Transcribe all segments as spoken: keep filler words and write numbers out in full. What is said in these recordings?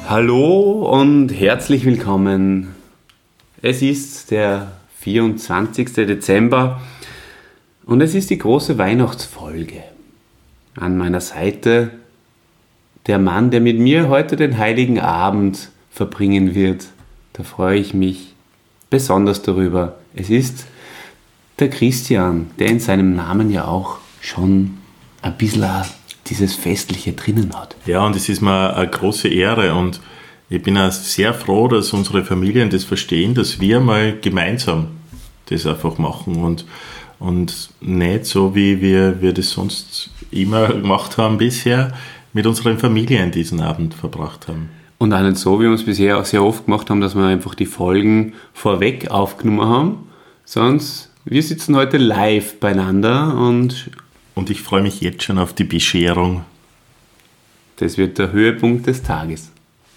Hallo und herzlich willkommen. Es ist der vierundzwanzigster Dezember und es ist die große Weihnachtsfolge. An meiner Seite der Mann, der mit mir heute den heiligen Abend verbringen wird. Da freue ich mich besonders darüber. Es ist der Christian, der in seinem Namen ja auch schon ein bisschen dieses Festliche drinnen hat. Ja, und es ist mir eine große Ehre und ich bin auch sehr froh, dass unsere Familien das verstehen, dass wir mal gemeinsam das einfach machen und, und nicht so, wie wir, wir das sonst immer gemacht haben bisher, mit unseren Familien diesen Abend verbracht haben. Und auch nicht so, wie wir es bisher auch sehr oft gemacht haben, dass wir einfach die Folgen vorweg aufgenommen haben, sondern wir sitzen heute live beieinander und Und ich freue mich jetzt schon auf die Bescherung. Das wird der Höhepunkt des Tages.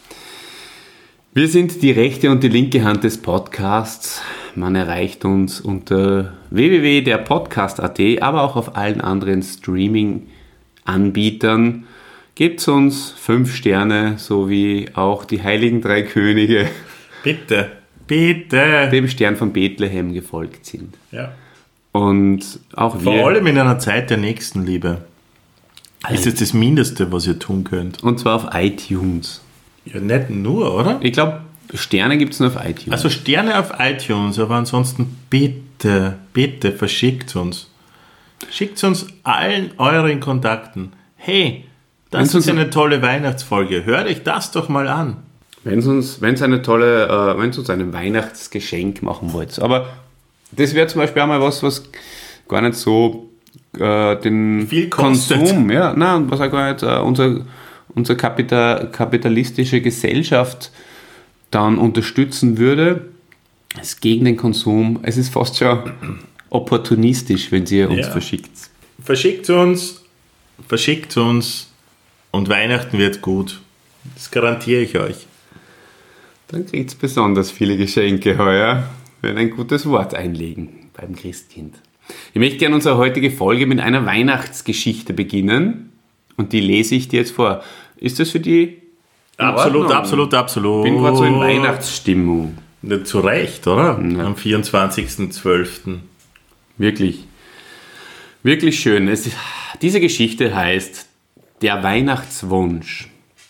Wir sind die rechte und die linke Hand des Podcasts. Man erreicht uns unter w w w punkt der podcast punkt a t, aber auch auf allen anderen Streaming-Anbietern. Gebt uns fünf Sterne, so wie auch die heiligen drei Könige. Bitte, bitte. Dem Stern von Bethlehem gefolgt sind. Ja. Und auch wir. Vor allem in einer Zeit der Nächstenliebe. Ist das das Mindeste, was ihr tun könnt? Und zwar auf iTunes. Ja, nicht nur, oder? Ich glaube, Sterne gibt es nur auf iTunes. Also Sterne auf iTunes, aber ansonsten bitte, bitte verschickt uns. Schickt uns allen euren Kontakten. Hey, das ist eine tolle Weihnachtsfolge. Hört euch das doch mal an. Wenn es uns, wenn's eine tolle, äh, wenn ihr uns ein Weihnachtsgeschenk machen wollt. Aber das wäre zum Beispiel auch mal was, was gar nicht so äh, den viel kostet. Konsum, ja, nein, was auch gar nicht äh, unser, unsere Kapital, kapitalistische Gesellschaft dann unterstützen würde. Es ist gegen den Konsum. Es ist fast schon opportunistisch, wenn ihr uns ja. verschickt. Verschickt uns, verschickt uns und Weihnachten wird gut. Das garantiere ich euch. Dann kriegt es besonders viele Geschenke heuer. Wir ein gutes Wort einlegen beim Christkind. Ich möchte gerne unsere heutige Folge mit einer Weihnachtsgeschichte beginnen und die lese ich dir jetzt vor. Ist das für die Absolut, absolut, absolut. Ich bin gerade so in Weihnachtsstimmung. Nicht zu Recht, oder? Ja. Am vierundzwanzigsten zwölften Wirklich, wirklich schön. Es, diese Geschichte heißt Der Weihnachtswunsch.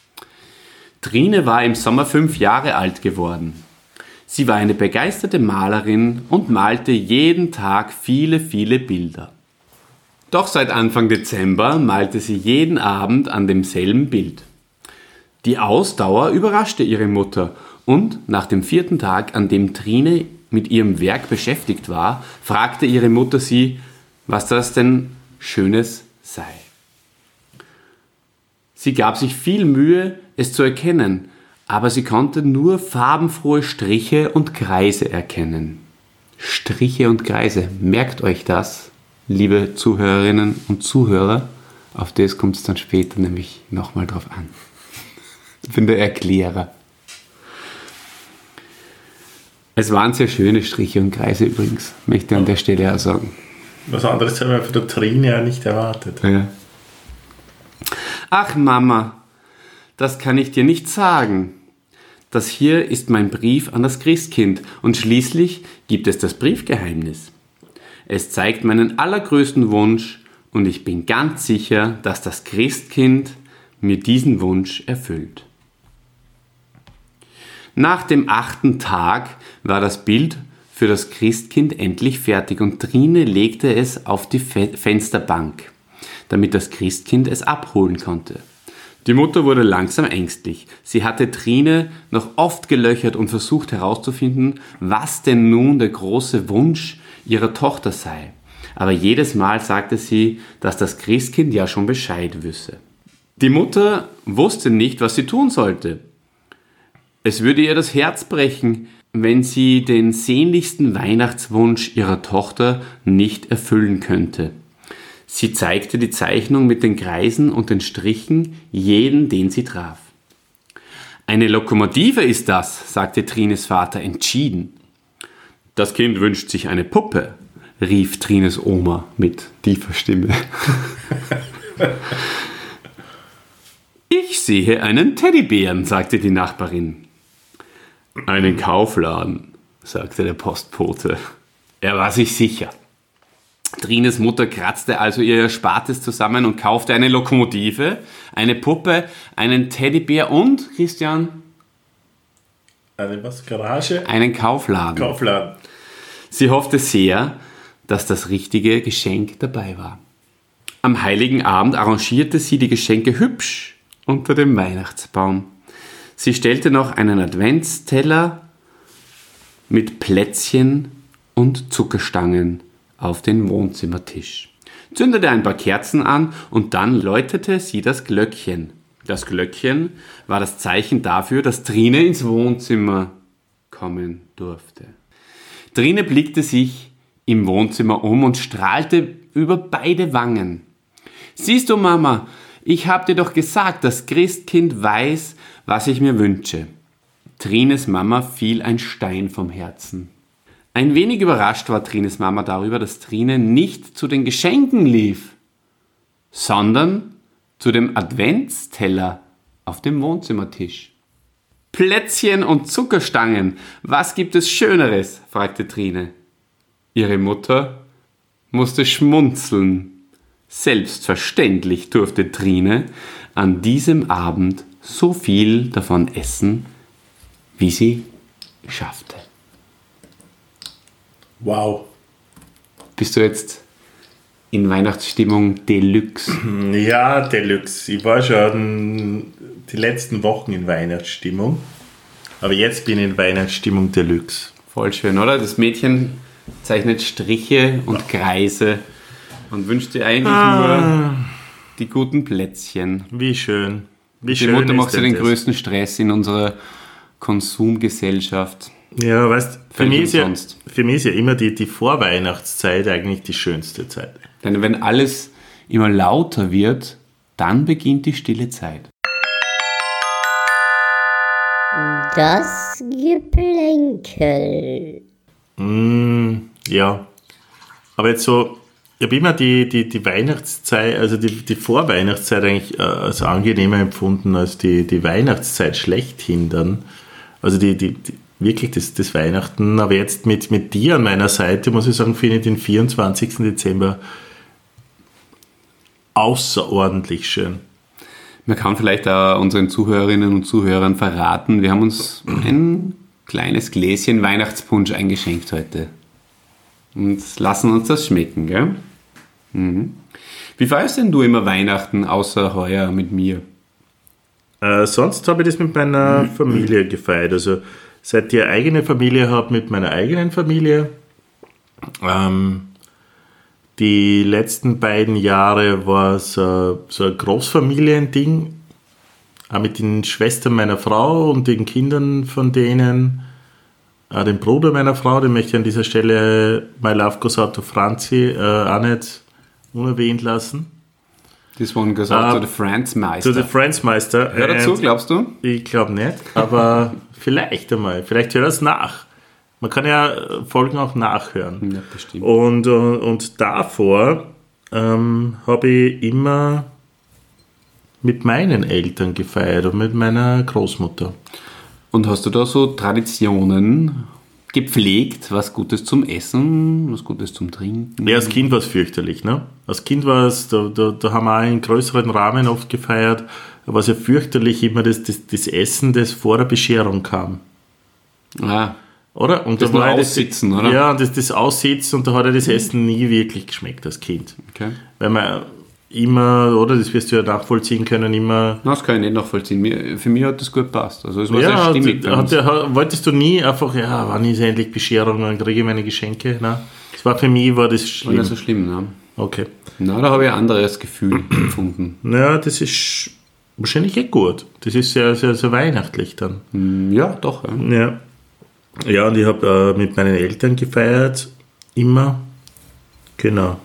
Trine war im Sommer fünf Jahre alt geworden. Sie war eine begeisterte Malerin und malte jeden Tag viele, viele Bilder. Doch seit Anfang Dezember malte sie jeden Abend an demselben Bild. Die Ausdauer überraschte ihre Mutter und nach dem vierten Tag, an dem Trine mit ihrem Werk beschäftigt war, fragte ihre Mutter sie, was das denn Schönes sei. Sie gab sich viel Mühe, es zu erkennen, aber sie konnte nur farbenfrohe Striche und Kreise erkennen. Striche und Kreise, merkt euch das, liebe Zuhörerinnen und Zuhörer. Auf das kommt es dann später nämlich nochmal drauf an. Ich bin der Erklärer. Es waren sehr schöne Striche und Kreise übrigens, möchte ich an der Stelle auch sagen. Was anderes haben wir von der Trine ja nicht erwartet. Ja. Ach Mama, das kann ich dir nicht sagen. Das hier ist mein Brief an das Christkind und schließlich gibt es das Briefgeheimnis. Es zeigt meinen allergrößten Wunsch und ich bin ganz sicher, dass das Christkind mir diesen Wunsch erfüllt. Nach dem achten Tag war das Bild für das Christkind endlich fertig und Trine legte es auf die Fe- Fensterbank, damit das Christkind es abholen konnte. Die Mutter wurde langsam ängstlich. Sie hatte Trine noch oft gelöchert und versucht herauszufinden, was denn nun der große Wunsch ihrer Tochter sei. Aber jedes Mal sagte sie, dass das Christkind ja schon Bescheid wüsste. Die Mutter wusste nicht, was sie tun sollte. Es würde ihr das Herz brechen, wenn sie den sehnlichsten Weihnachtswunsch ihrer Tochter nicht erfüllen könnte. Sie zeigte die Zeichnung mit den Kreisen und den Strichen jeden, den sie traf. Eine Lokomotive ist das, sagte Trines Vater entschieden. Das Kind wünscht sich eine Puppe, rief Trines Oma mit tiefer Stimme. Ich Ich sehe einen Teddybären, sagte die Nachbarin. Einen Kaufladen, sagte der Postbote. Er war sich sicher. Trines Mutter kratzte also ihr Erspartes zusammen und kaufte eine Lokomotive, eine Puppe, einen Teddybär und, Christian? Eine was? Garage? Einen Kaufladen. Kaufladen. Sie hoffte sehr, dass das richtige Geschenk dabei war. Am heiligen Abend arrangierte sie die Geschenke hübsch unter dem Weihnachtsbaum. Sie stellte noch einen Adventsteller mit Plätzchen und Zuckerstangen auf den Wohnzimmertisch, zündete ein paar Kerzen an und dann läutete sie das Glöckchen. Das Glöckchen war das Zeichen dafür, dass Trine ins Wohnzimmer kommen durfte. Trine blickte sich im Wohnzimmer um und strahlte über beide Wangen. Siehst du, Mama, ich hab dir doch gesagt, das Christkind weiß, was ich mir wünsche. Trines Mama fiel ein Stein vom Herzen. Ein wenig überrascht war Trines Mama darüber, dass Trine nicht zu den Geschenken lief, sondern zu dem Adventsteller auf dem Wohnzimmertisch. Plätzchen und Zuckerstangen, was gibt es Schöneres? Fragte Trine. Ihre Mutter musste schmunzeln. Selbstverständlich durfte Trine an diesem Abend so viel davon essen, wie sie schaffte. Wow. Bist du jetzt in Weihnachtsstimmung Deluxe? Ja, Deluxe. Ich war schon die letzten Wochen in Weihnachtsstimmung. Aber jetzt bin ich in Weihnachtsstimmung Deluxe. Voll schön, oder? Das Mädchen zeichnet Striche und Kreise und wünscht dir eigentlich ah. nur die guten Plätzchen. Wie schön. Wie die schön Mutter macht ist sich den das? größten Stress in unserer Konsumgesellschaft. Ja, weißt für mich, ist ja, umsonst. für mich ist ja immer die, die Vorweihnachtszeit eigentlich die schönste Zeit. Denn wenn alles immer lauter wird, dann beginnt die stille Zeit. Das Geplänkel. Mm, ja, aber jetzt so, ich habe immer die, die, die Weihnachtszeit, also die, die Vorweihnachtszeit eigentlich äh, als angenehmer empfunden als die, die Weihnachtszeit schlechthin dann. Also die, die, die wirklich das, das Weihnachten, aber jetzt mit, mit dir an meiner Seite, muss ich sagen, finde ich den vierundzwanzigsten Dezember außerordentlich schön. Man kann vielleicht auch unseren Zuhörerinnen und Zuhörern verraten, wir haben uns ein kleines Gläschen Weihnachtspunsch eingeschenkt heute. Und lassen uns das schmecken, gell? Mhm. Wie feierst denn du immer Weihnachten, außer heuer mit mir? Äh, sonst habe ich das mit meiner Familie gefeiert. Also seit ich eine eigene Familie habe, mit meiner eigenen Familie. Ähm, die letzten beiden Jahre war es äh, so ein Großfamiliending. Auch mit den Schwestern meiner Frau und den Kindern von denen. Auch den Bruder meiner Frau, den möchte ich an dieser Stelle My Love Goes Out to Franzi äh, auch nicht unerwähnt lassen. This one goes out Uh, to the Friendsmeister. To the Friendsmeister. Hör dazu, glaubst du? Ich glaube nicht, aber vielleicht einmal. Vielleicht hört er es nach. Man kann ja Folgen auch nachhören. Ja, bestimmt. Und, und, und davor ähm, habe ich immer mit meinen Eltern gefeiert und mit meiner Großmutter. Und hast du da so Traditionen gepflegt, was Gutes zum Essen, was Gutes zum Trinken? Ja, als Kind war es fürchterlich. Ne? Als Kind war es, da, da, da haben wir auch in größeren Rahmen oft gefeiert, da war es ja fürchterlich immer das, das, das Essen, das vor der Bescherung kam. Ah, Oder? Und das da war nur ja das, Aussitzen, oder? Ja, das, das Aussitzen und da hat ja das Essen nie wirklich geschmeckt als Kind. okay. Weil man immer, oder, das wirst du ja nachvollziehen können, immer... Na, das kann ich nicht nachvollziehen. Mir, für mich hat das gut gepasst. Also es war Ja, sehr stimmig bei uns. hat, hat, wolltest du nie einfach, ja, wann ist endlich Bescherung, dann kriege ich meine Geschenke? Nein. Das war für mich, war das War schlimm. nicht so schlimm, ne? Okay. Na, da habe ich ein anderes Gefühl empfunden. Naja, das ist wahrscheinlich eh gut. Das ist sehr, sehr, sehr weihnachtlich dann. Hm, Ja, doch. Ja. Ja. Ja, und ich habe äh, mit meinen Eltern gefeiert, immer. Genau.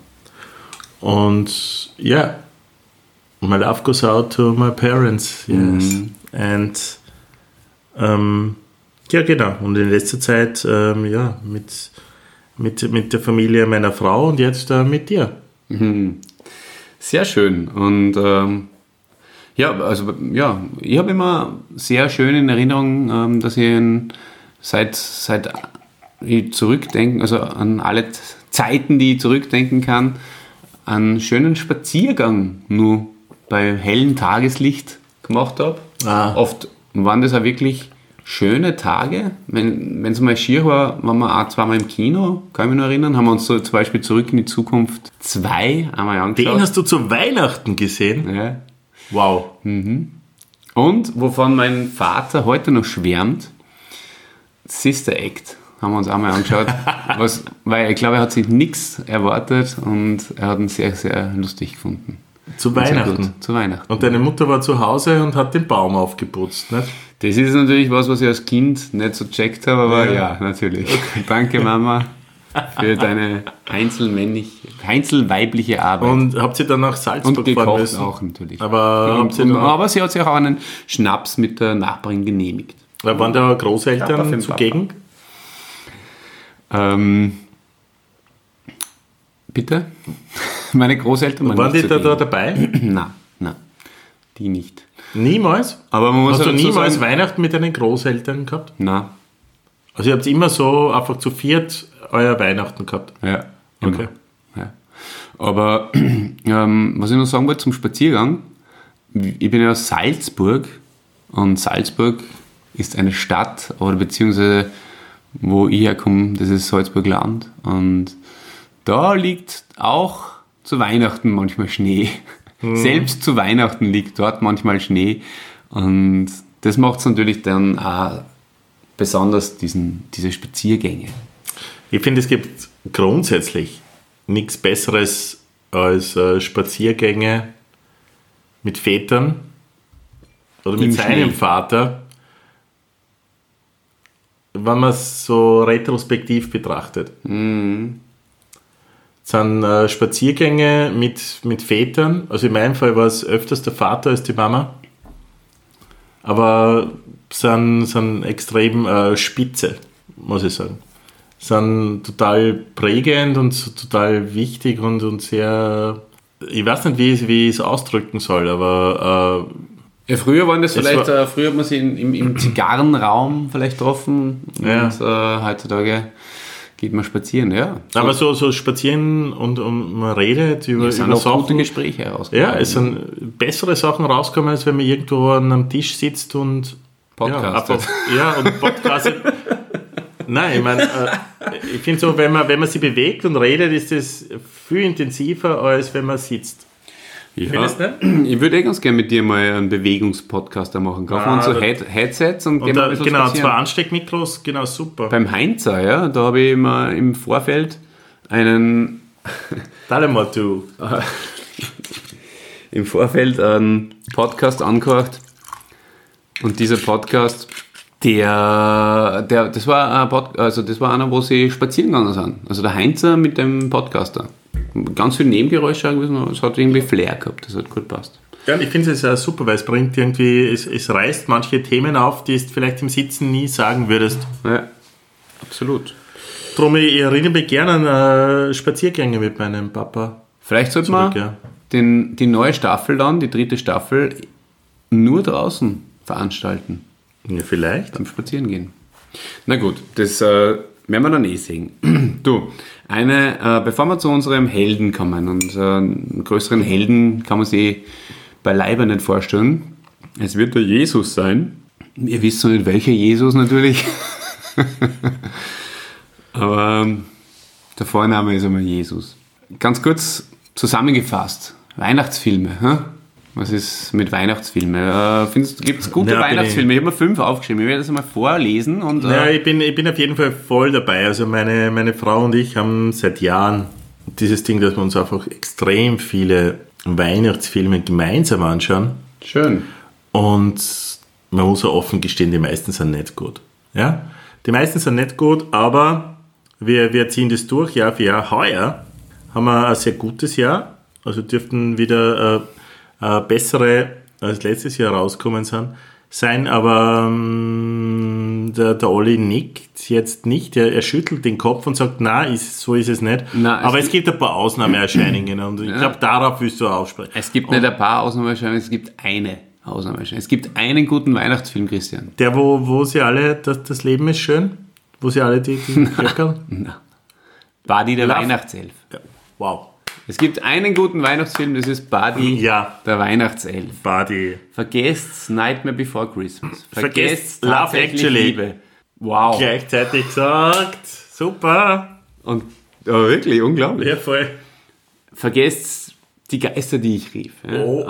Und ja, my love goes out to my parents, yes. Mhm. And ähm, ja, genau. Und in letzter Zeit ähm, ja, mit, mit, mit der Familie meiner Frau und jetzt äh, mit dir. Mhm. Sehr schön. Und ähm, Ja, also ja, ich habe immer sehr schön in Erinnerung, ähm, dass ich in, seit, seit ich zurückdenken, also an alle Zeiten, die ich zurückdenken kann, einen schönen Spaziergang nur bei hellem Tageslicht gemacht habe. Ah. Oft waren das auch wirklich schöne Tage. Wenn es mal schier war, waren wir auch zweimal im Kino, kann ich mich noch erinnern, haben wir uns so zum Beispiel Zurück in die Zukunft zwei einmal angeschaut. Den hast du zu Weihnachten gesehen? Ja. Wow. Und wovon mein Vater heute noch schwärmt, Sister Act haben wir uns einmal angeschaut, was, weil ich glaube, er hat sich nichts erwartet und er hat ihn sehr, sehr lustig gefunden. Zu Und sehr Weihnachten? gut. Zu Weihnachten. Und deine Mutter war zu Hause und hat den Baum aufgeputzt, nicht? Das ist natürlich was, was ich als Kind nicht so checkt habe, aber ja, Ja. natürlich. Danke, Mama, für deine einzelmännlich, einzelweibliche Arbeit. Und habt ihr dann nach Salzburg Und fahren gekocht müssen? auch natürlich. Aber, und, habt ihr und, dann, aber sie hat sich auch einen Schnaps mit der Nachbarin genehmigt. waren da Papa für Großeltern den zugegen? Ähm, bitte? Meine Großeltern Waren die nicht da, da zugegen. dabei? Nein, nein, die nicht. Niemals? Aber man muss Hast du halt so niemals sagen- Weihnachten mit deinen Großeltern gehabt? Nein, Also ihr habt immer so einfach zu viert euer Weihnachten gehabt? ja, immer. Okay. Ja. Aber ähm, was ich noch sagen wollte zum Spaziergang, ich bin ja aus Salzburg und Salzburg ist eine Stadt, oder beziehungsweise wo ich herkomme, das ist Salzburg-Land und da liegt auch zu Weihnachten manchmal Schnee. Selbst zu Weihnachten liegt dort manchmal Schnee und das macht es natürlich dann auch besonders, diesen, diese Spaziergänge. Ich finde, es gibt grundsätzlich nichts Besseres als äh, Spaziergänge mit Vätern oder mit Im seinem Schnee. Vater, wenn man es so retrospektiv betrachtet. Mhm. Es sind äh, Spaziergänge mit, mit Vätern, also in meinem Fall war es öfters der Vater als die Mama, aber sind, sind extrem äh, spitze, muss ich sagen. Sind total prägend und so total wichtig und, und sehr, ich weiß nicht, wie, ich- wie ich es ausdrücken soll, aber Ja, früher waren das Es vielleicht, war- äh, früher hat man sich in, im, im Zigarrenraum vielleicht getroffen und Ja. äh, heutzutage geht man spazieren, ja. äh, aber so, so spazieren und, und man redet über, es sind über auch gute Sachen. Gespräche herausgekommen. Ja, es sind bessere Sachen rausgekommen, als wenn man irgendwo an einem Tisch sitzt und Podcastet. Ja, einfach, ja und Podcast. Nein, ich meine, äh, ich finde so, wenn man, wenn man sich bewegt und redet, ist das viel intensiver, als wenn man sitzt. Ja. Findest du Ich würde eh ganz gerne mit dir mal einen Bewegungspodcast da machen. Kaufen wir uns so Ah, Head Headsets und, Und gehen mal ein da, bisschen genau, spazieren. zwei Ansteckmikros, genau, super. Beim Heinzer, ja, da habe ich immer im Vorfeld einen Tell mal, du. im Vorfeld einen Podcast angehört und dieser Podcast, der, der das war ein Pod, also das war einer, wo sie spazieren gegangen sind. Also der Heinzer mit dem Podcaster. Ganz viel Nebengeräusche gewesen, aber es hat irgendwie Flair gehabt, das hat gut passt. Ja, und ich finde es ja super, weil es bringt irgendwie, es, es reißt manche Themen auf, die du vielleicht im Sitzen nie sagen würdest. Ja, absolut. Darum, ich erinnere mich gerne an äh, Spaziergänge mit meinem Papa. Vielleicht sollte Zurück, man ja. den, die neue Staffel dann, die dritte Staffel, nur draußen veranstalten. Ja, vielleicht. Beim Spazieren gehen. Na gut, das äh, werden wir dann eh sehen. Du, eine, äh, bevor wir zu unserem Helden kommen, und äh, einen größeren Helden kann man sich beileibe nicht vorstellen. Es wird der Jesus sein. Ihr wisst noch nicht, welcher Jesus natürlich. Aber ähm, der Vorname ist einmal Jesus. Ganz kurz zusammengefasst. Weihnachtsfilme. Hä? Was ist mit Weihnachtsfilmen? Äh, findest, gibt es gute Ja, bin Weihnachtsfilme? Ich habe mir fünf aufgeschrieben. Ich werde das einmal vorlesen. Und, äh, Ja, ich bin, ich bin auf jeden Fall voll dabei. Also meine, meine Frau und ich haben seit Jahren dieses Ding, dass wir uns einfach extrem viele Weihnachtsfilme gemeinsam anschauen. Schön. Und man muss ja offen gestehen, die meisten sind nicht gut. Ja? Die meisten sind nicht gut, aber wir, wir ziehen das durch Jahr für Jahr. Heuer haben wir ein sehr gutes Jahr. Also dürften wieder äh, äh, bessere als letztes Jahr rauskommen sind, sein. Aber ähm, der, der Olli nickt jetzt nicht. Er, er schüttelt den Kopf und sagt, nein, ist, so ist es nicht. Na, es aber es gibt ein paar Ausnahmeerscheinungen und ich glaube, darauf willst du aufsprechen. Es gibt nicht ein paar Ausnahmeerscheinungen, es gibt eine. Haus einmal schauen. Es gibt einen guten Weihnachtsfilm, Christian. Der, wo, wo sie alle, das, das Leben ist schön? Wo sie alle die, die Glöckerl? Na. Buddy der Love. Weihnachtself. Ja. Wow. Es gibt einen guten Weihnachtsfilm, das ist Buddy Ja. der Weihnachtself. Buddy. Vergesst Nightmare Before Christmas. Vergesst Love tatsächlich Actually. Liebe. Wow. Gleichzeitig gesagt. Super. Und aber wirklich unglaublich. Ja, voll. Vergesst die Geister, die ich rief. Ja. Oh,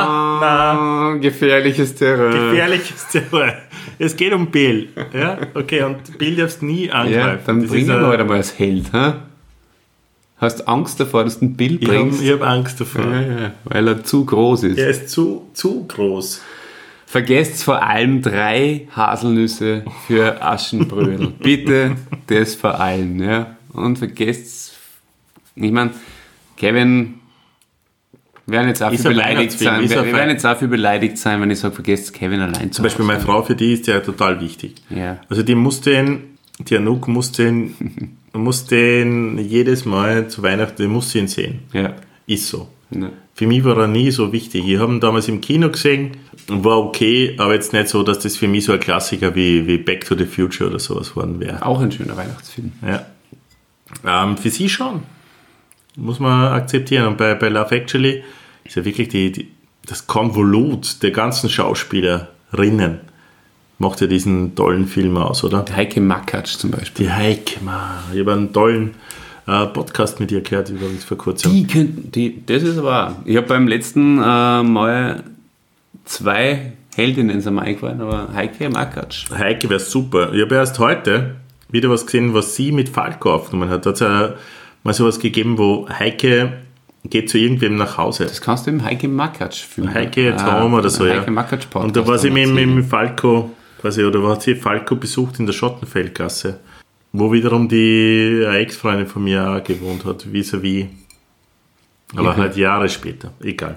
Ah, gefährliches Terror. Gefährliches Terror. Es geht um Bill. Ja, okay, und Bill darfst nie Ja, angreifen. dann Das bring ist ihn ein- halt einmal als Held. Hä? Hast Angst davor, dass du ein Bild Ich habe bringst? hab Angst davor. Ja, ja, weil er zu groß ist. Er ist zu, zu groß. Vergesst vor allem drei Haselnüsse für Aschenbrödel. Bitte das vor allem. Ja? Und vergesst, ich meine, Kevin, wir werden jetzt auch Ist viel ein beleidigt Weihnachtsfilm, sein. ist Wir, ein wir werden jetzt auch viel beleidigt sein, wenn ich sage, vergesst Kevin allein Zum Beispiel meine Frau, für die ist der total wichtig. Ja. Also die muss den, die Anouk muss den, muss den jedes Mal zu Weihnachten, die muss sie ihn sehen. Ja. Ist so. Ja. Für mich war er nie so wichtig. Ich habe ihn damals im Kino gesehen, war okay, aber jetzt nicht so, dass das für mich so ein Klassiker wie, wie Back to the Future oder sowas geworden wäre. Auch ein schöner Weihnachtsfilm. Ja. Ähm, für sie schon. Muss man akzeptieren. Und bei, bei Love Actually ist ja wirklich die, die, das Konvolut der ganzen Schauspielerinnen macht ja diesen tollen Film aus, oder? Heike Makatsch zum Beispiel. Die Heike, man, ich habe einen tollen äh, Podcast mit ihr gehört, übrigens vor kurzem. Die könnten, die, das ist aber auch. Ich habe beim letzten äh, Mal zwei Heldinnen sind mir eingefallen, aber Heike Makatsch. Heike wäre super. Ich habe erst heute wieder was gesehen, was sie mit Falco aufgenommen hat. Da hat es ja mal sowas gegeben, wo Heike geht zu irgendwem nach Hause. Das kannst du im Heike Makatsch fühlen. Heike Traum oder so, ja. Heike Makatsch Podcast. Und da war sie mit, erzählen. mit, mit Falco, quasi, oder hat sie Falco besucht in der Schottenfeldgasse, wo wiederum die eine Ex-Freundin von mir auch gewohnt hat, vis-à-vis. Aber Okay. halt Jahre später. Egal.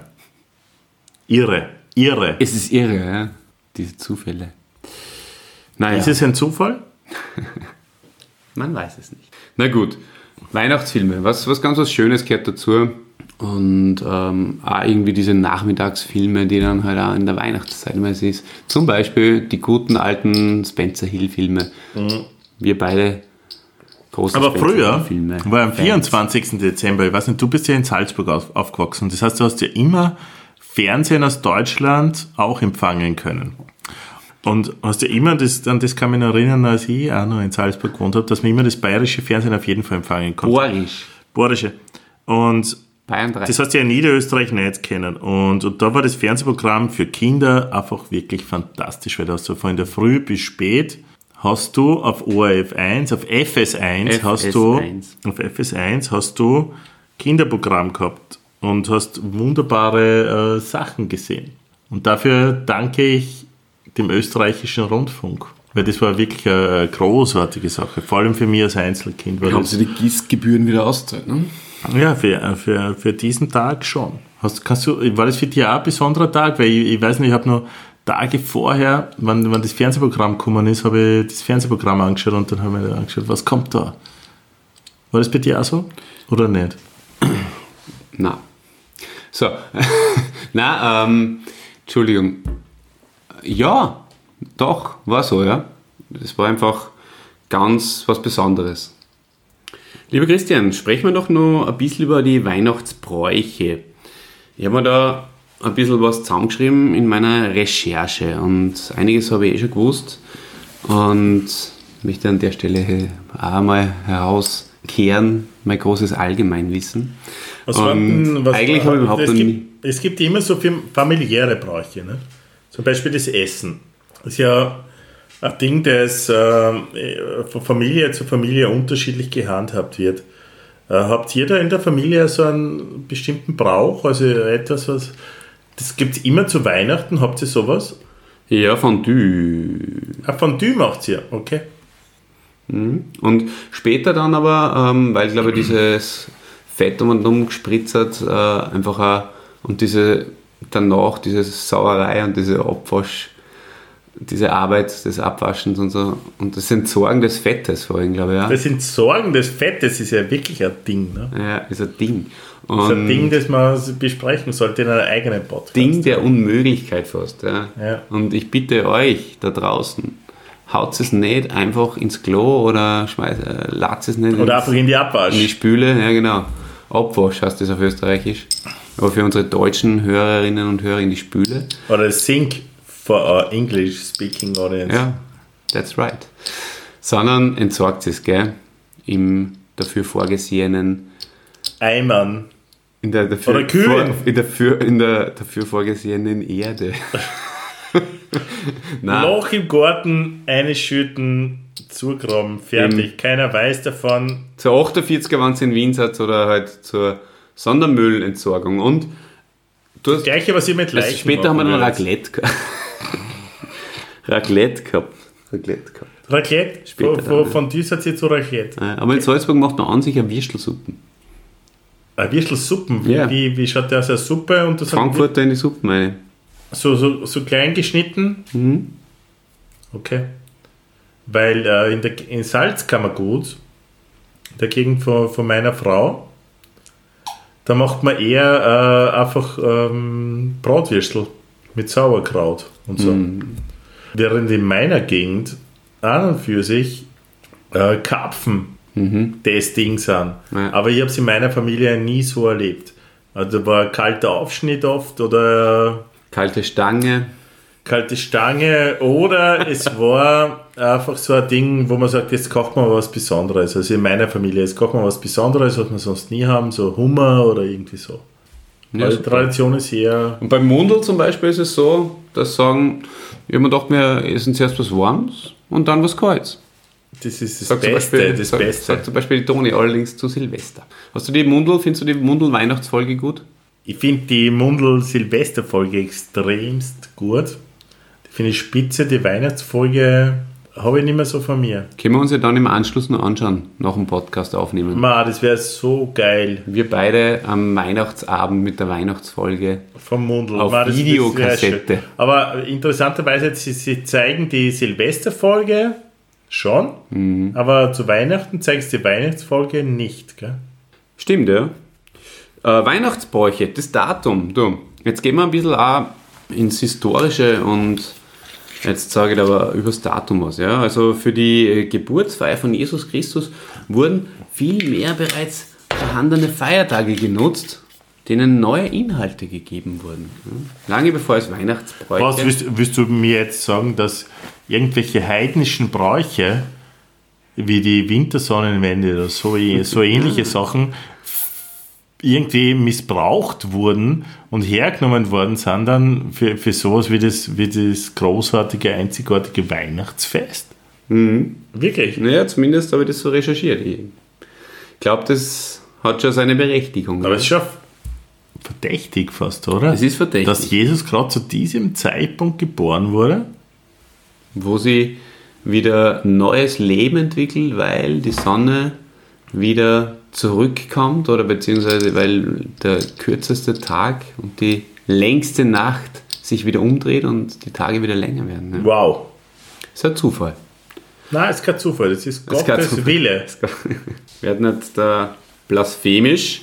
Irre. Irre. Es ist irre, ja? Diese Zufälle. Naja, Ist es ein Zufall? man weiß es nicht. Na gut, Weihnachtsfilme, was, was ganz was Schönes gehört dazu. Und ähm, auch irgendwie diese Nachmittagsfilme, die dann halt auch in der Weihnachtszeit immer ist. Zum Beispiel die guten alten Spencer Hill-Filme. Wir beide große Aber Spencer früher Hill-Filme. war am Fans. vierundzwanzigsten Dezember, ich weiß nicht, du bist ja in Salzburg auf, aufgewachsen. Das heißt, du hast ja immer Fernsehen aus Deutschland auch empfangen können. Und hast ja immer, das, an das kann ich mich noch erinnern, als ich auch noch in Salzburg gewohnt habe, dass man immer das bayerische Fernsehen auf jeden Fall empfangen konnte. Bohrisch. Bayerische. Und Bayern drei. das hast du ja in Niederösterreich nicht kennen. Und, und da war das Fernsehprogramm für Kinder einfach wirklich fantastisch, weil da hast du von der Früh bis spät hast du auf O R F eins, auf F S eins, F S hast du, eins. auf F S eins hast du Kinderprogramm gehabt und hast wunderbare äh, Sachen gesehen. Und dafür danke ich dem österreichischen Rundfunk. Weil das war wirklich eine, eine großartige Sache. Vor allem für mich als Einzelkind. War Haben das, sie die Gießgebühren wieder auszahlt, ne? ja, für, für, für diesen Tag schon. Hast, kannst du, war das für dich auch ein besonderer Tag? Weil ich, ich weiß nicht, ich habe noch Tage vorher, wenn, wenn das Fernsehprogramm gekommen ist, habe ich das Fernsehprogramm angeschaut und dann habe ich mir angeschaut, was kommt da? War das bei dir auch so? Oder nicht? Na. So. Na, ähm, Entschuldigung. Ja, doch, war so, ja. Das war einfach ganz was Besonderes. Lieber Christian, sprechen wir doch noch ein bisschen über die Weihnachtsbräuche. Ich habe mir da ein bisschen was zusammengeschrieben in meiner Recherche und einiges habe ich eh schon gewusst und möchte an der Stelle auch mal herauskehren, mein großes Allgemeinwissen. Was Und waren, was, eigentlich habe ich überhaupt es noch nie... gibt, es gibt immer so familiäre Bräuche. Ne? Zum Beispiel das Essen. Das ist ja ein Ding, das äh, von Familie zu Familie unterschiedlich gehandhabt wird. Äh, habt ihr da in der Familie so einen bestimmten Brauch? Also etwas, was... Das gibt es immer zu Weihnachten. Habt ihr sowas? Ja, Fondue. Ah, Fondue macht ihr, okay. Und später dann aber, ähm, weil glaube ich dieses Fett um und um gespritzt hat, äh, einfach auch, und diese danach diese Sauerei und diese Abwasch diese Arbeit des Abwaschens und so und das Entsorgen des Fettes vor allem, glaube ich. Ja. Das Entsorgen des Fettes ist ja wirklich ein Ding. Ne? Ja, ist ein Ding. Und das ist ein Ding, das man besprechen sollte in einer eigenen Podcast. Ding der Unmöglichkeit fast. Ja. Ja. Und ich bitte euch da draußen, haut es nicht einfach ins Klo oder schmeißt, äh, lasst es nicht Oder ins, einfach in die Abwasch. in die Spüle. Ja, genau. Abwasch heißt das auf Österreichisch. Aber für unsere deutschen Hörerinnen und Hörer in die Spüle. Oder Sink for our English-speaking audience. Ja, that's right. Sondern entsorgt es, gell? Im dafür vorgesehenen Eimern. In der dafür, Oder Kühen. Vor, in, der für, in der dafür vorgesehenen Erde. Nein. Loch im Garten, einschütten, zugraben, fertig. Im- Keiner weiß davon. Zur achtundvierziger, wenn es in Wien seid, oder halt zur Sondermüllentsorgung. Und du hast, Gleiche, was ihr mit Leichen also später haben wir machen dann würdet. Raclette gehabt. Raclette gehabt. Raclette gehabt. Raclette? Später Von, dann, von, ja. von Düsseldorf zu zu Raclette. Ja, aber in Salzburg macht man an sich eine Würstelsuppen. Ein Würstelsuppen. Wie, Ja. wie, wie schaut der aus? Eine Suppe? Und das Frankfurter in die Suppe rein. So, so, so klein geschnitten? Mhm. Okay. Weil äh, in, der, in Salzkammergut, in der Gegend von, von meiner Frau, da macht man eher äh, einfach ähm, Bratwürstel mit Sauerkraut und so. Mhm. Während in meiner Gegend an und für sich äh, Karpfen Mhm. das Ding sind. Ja. Aber ich habe es in meiner Familie nie so erlebt. Also da war ein kalter Aufschnitt oft oder Kalte Stange. kalte Stange oder es war einfach so ein Ding, wo man sagt, jetzt kocht man was Besonderes. Also in meiner Familie, jetzt kocht man was Besonderes, was wir sonst nie haben, so Hummer oder irgendwie so. Ja, Also die super. Tradition ist eher, Und beim Mundl zum Beispiel ist es so, dass sie sagen, ich habe mir gedacht, wir essen zuerst was Warmes und dann was Kaltes. das ist das Sagt zum Beste, Beispiel, das sagt, Beste. sagt zum Beispiel die Toni allerdings zu Silvester. Hast du die Mundl, findest du die Mundl-Weihnachtsfolge gut? Ich finde die Mundl-Silvester-Folge extremst gut. Die finde ich spitze, die Weihnachtsfolge habe ich nicht mehr so von mir. Können wir uns ja dann im Anschluss noch anschauen, nach dem Podcast aufnehmen. Ma, das wäre so geil. Wir beide am Weihnachtsabend mit der Weihnachtsfolge. Vom Mundl. Auf Ma, das- das wär Videokassette. schön. Aber interessanterweise, sie, sie zeigen die Silvesterfolge schon, Mhm. aber zu Weihnachten zeigst du die Weihnachtsfolge nicht. Gell? Stimmt, ja. Äh, Weihnachtsbräuche, das Datum. Du, jetzt gehen wir ein bisschen auch ins Historische und jetzt sage ich aber über das Datum was. Ja? Also für die äh, Geburtsfeier von Jesus Christus wurden viel mehr bereits vorhandene Feiertage genutzt, denen neue Inhalte gegeben wurden. Ja? Lange bevor es Weihnachtsbräuche... Was willst, willst du mir jetzt sagen, dass irgendwelche heidnischen Bräuche wie die Wintersonnenwende oder so, so ähnliche Sachen irgendwie missbraucht wurden und hergenommen worden sind dann für, für sowas wie das, wie das großartige, einzigartige Weihnachtsfest? Mhm. Wirklich? Naja, zumindest habe ich das so recherchiert. Ich glaube, das hat schon seine Berechtigung. Aber es ist schon verdächtig fast, oder? Es ist verdächtig. Dass Jesus gerade zu diesem Zeitpunkt geboren wurde? Wo sie wieder neues Leben entwickelt, weil die Sonne wieder zurückkommt oder beziehungsweise weil der kürzeste Tag und die längste Nacht sich wieder umdreht und die Tage wieder länger werden. Ne? Wow. Das ist ein Zufall. Nein, es ist kein Zufall, das ist Das ist kein Gottes Zufall. Wille. Wir werden jetzt da blasphemisch.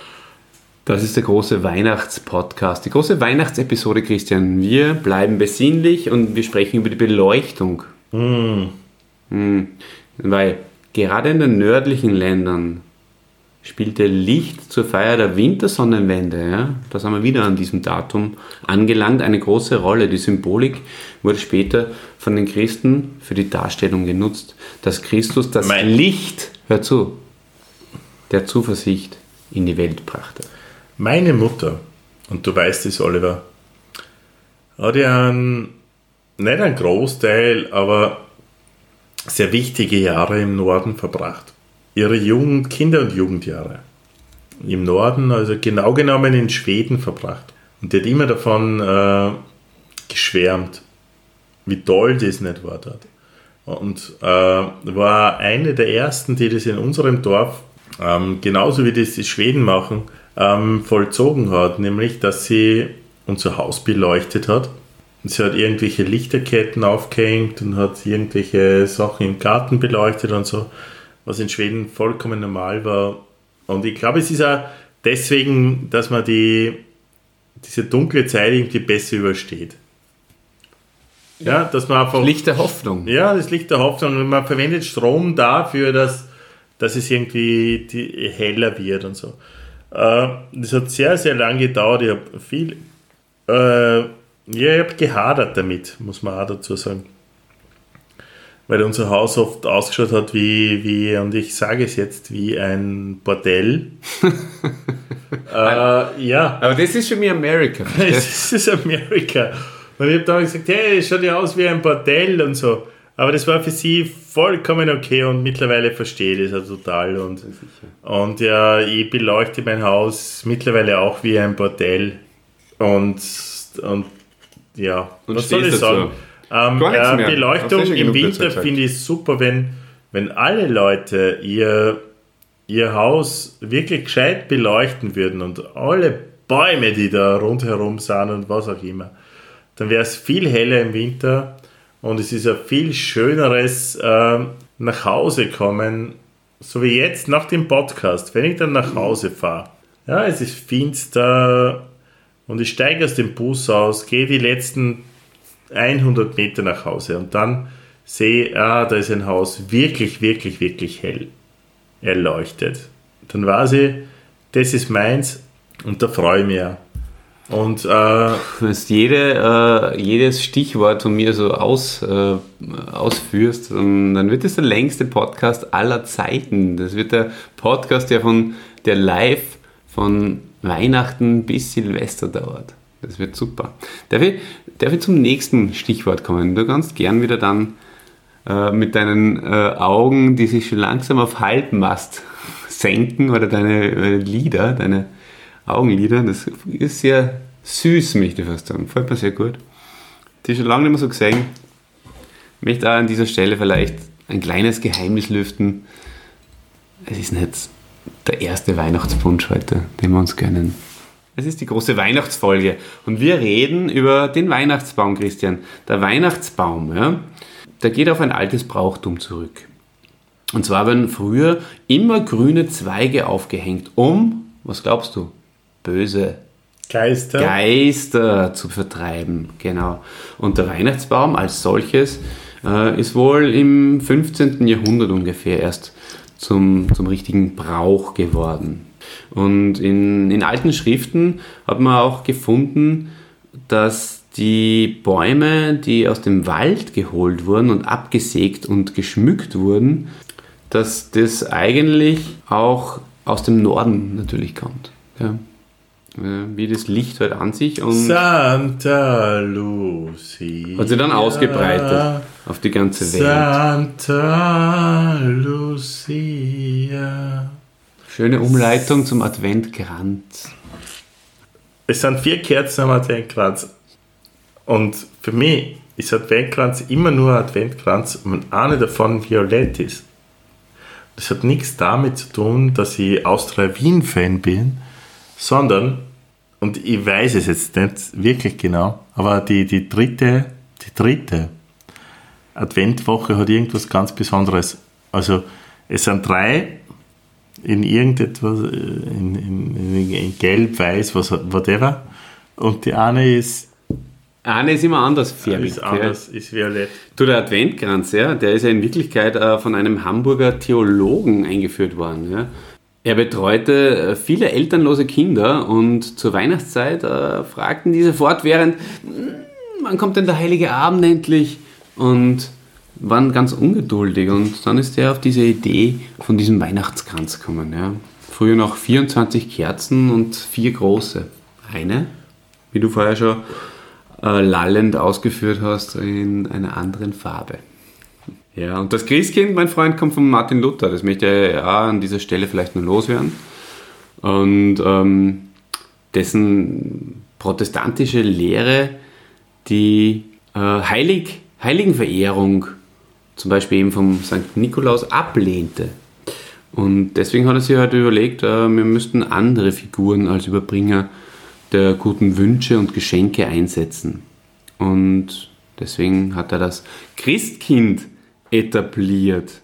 Das ist der große Weihnachtspodcast, die große Weihnachtsepisode, Christian. Wir bleiben besinnlich und wir sprechen über die Beleuchtung. Mm. Hm. Weil gerade in den nördlichen Ländern spielte Licht zur Feier der Wintersonnenwende, ja, da sind wir wieder an diesem Datum angelangt, eine große Rolle. Die Symbolik wurde später von den Christen für die Darstellung genutzt, dass Christus das Mein- Licht, hör zu, der Zuversicht in die Welt brachte. Meine Mutter, und du weißt es, Oliver, hat ja einen, nicht einen Großteil, aber sehr wichtige Jahre im Norden verbracht. Ihre Jugend, Kinder- und Jugendjahre im Norden, also genau genommen in Schweden verbracht. Und die hat immer davon äh, geschwärmt, wie toll das nicht war dort. Und äh, war eine der ersten, die das in unserem Dorf, ähm, genauso wie das die Schweden machen, ähm, vollzogen hat, nämlich dass sie unser Haus beleuchtet hat sie hat irgendwelche Lichterketten aufgehängt und hat irgendwelche Sachen im Garten beleuchtet und so, was in Schweden vollkommen normal war. Und ich glaube, es ist auch deswegen, dass man die, diese dunkle Zeit irgendwie besser übersteht. Ja, dass man einfach... Das Licht der Hoffnung. Ja, das Licht der Hoffnung. Und man verwendet Strom dafür, dass, dass es irgendwie die, heller wird und so. Äh, das hat sehr, sehr lange gedauert. Ich habe viel... Äh, ja, ich habe gehadert damit, muss man auch dazu sagen. Weil unser Haus oft ausgeschaut hat wie, wie und ich sage es jetzt, wie ein Bordell. äh, ja. Aber das ist für mich Amerika. Das ist Amerika. Und ich habe dann gesagt, hey, es schaut ja aus wie ein Bordell und so. Aber das war für sie vollkommen okay und mittlerweile verstehe ich das ja total. Und, und ja, ich beleuchte mein Haus mittlerweile auch wie ein Bordell. Und, und ja, und was soll ich sagen? Ähm, äh, Beleuchtung im Winter finde ich super, wenn, wenn alle Leute ihr, ihr Haus wirklich gescheit beleuchten würden und alle Bäume, die da rundherum sind und was auch immer. Dann wäre es viel heller im Winter und es ist ein viel schöneres äh, nach Hause kommen, so wie jetzt nach dem Podcast, wenn ich dann nach Hause fahre. Ja, es ist finster und ich steige aus dem Bus aus, gehe die letzten hundert Meter nach Hause und dann sehe, ah, da ist ein Haus wirklich, wirklich, wirklich hell erleuchtet. Dann weiß ich, das ist meins und da freue ich mich auch. Und, äh, wenn du jede, äh, jedes Stichwort von mir so aus, äh, ausführst, dann, dann wird das der längste Podcast aller Zeiten. Das wird der Podcast, der von der live von Weihnachten bis Silvester dauert. Das wird super. Darf ich, darf ich zum nächsten Stichwort kommen? Du kannst gern wieder dann äh, mit deinen äh, Augen, die sich schon langsam auf Halbmast senken, oder deine äh, Lider, deine Augenlider, das ist sehr süß, möchte ich fast sagen. Gefällt mir sehr gut. Die schon lange nicht mehr so gesehen. Ich möchte auch an dieser Stelle vielleicht ein kleines Geheimnis lüften. Es ist nicht der erste Weihnachtspunsch heute, den wir uns gönnen. Es ist die große Weihnachtsfolge und wir reden über den Weihnachtsbaum, Christian. Der Weihnachtsbaum, ja, der geht auf ein altes Brauchtum zurück. Und zwar werden früher immer grüne Zweige aufgehängt, um, was glaubst du, böse Geister. Geister zu vertreiben. Genau. Und der Weihnachtsbaum als solches äh, ist wohl im fünfzehnten Jahrhundert ungefähr erst zum, zum richtigen Brauch geworden. Und in, in alten Schriften hat man auch gefunden, dass die Bäume, die aus dem Wald geholt wurden und abgesägt und geschmückt wurden, dass das eigentlich auch aus dem Norden natürlich kommt. Ja. Wie das Licht halt an sich. Und Santa Lucia. Hat sich dann ausgebreitet auf die ganze Welt. Santa Lucia. Schöne Umleitung zum Adventkranz. Es sind vier Kerzen am Adventkranz. Und für mich ist Adventkranz immer nur Adventkranz, wenn eine davon violett ist. Das hat nichts damit zu tun, dass ich Austria-Wien-Fan bin, sondern, und ich weiß es jetzt nicht wirklich genau, aber die, die dritte, die dritte Adventwoche hat irgendwas ganz Besonderes. Also es sind drei in irgendetwas, in, in, in, in gelb, weiß, was, whatever, und die eine ist Eine ist immer anders färbig. Ist anders, ja. Ist violett. Du, der Adventkranz, ja, der ist ja in Wirklichkeit äh, von einem Hamburger Theologen eingeführt worden. Ja. Er betreute viele elternlose Kinder und zur Weihnachtszeit äh, fragten diese fortwährend, wann kommt denn der heilige Abend endlich? Und waren ganz ungeduldig. Und dann ist er auf diese Idee von diesem Weihnachtskranz gekommen. Ja. Früher noch vierundzwanzig Kerzen und vier große. Eine, wie du vorher schon äh, lallend ausgeführt hast, in einer anderen Farbe. Ja, und das Christkind, mein Freund, kommt von Martin Luther. Das möchte ich ja an dieser Stelle vielleicht nur loswerden. Und ähm, dessen protestantische Lehre die äh, Heilig, Heiligenverehrung zum Beispiel eben vom Sankt Nikolaus ablehnte. Und deswegen hat er sich halt überlegt, äh, wir müssten andere Figuren als Überbringer der guten Wünsche und Geschenke einsetzen. Und deswegen hat er das Christkind etabliert.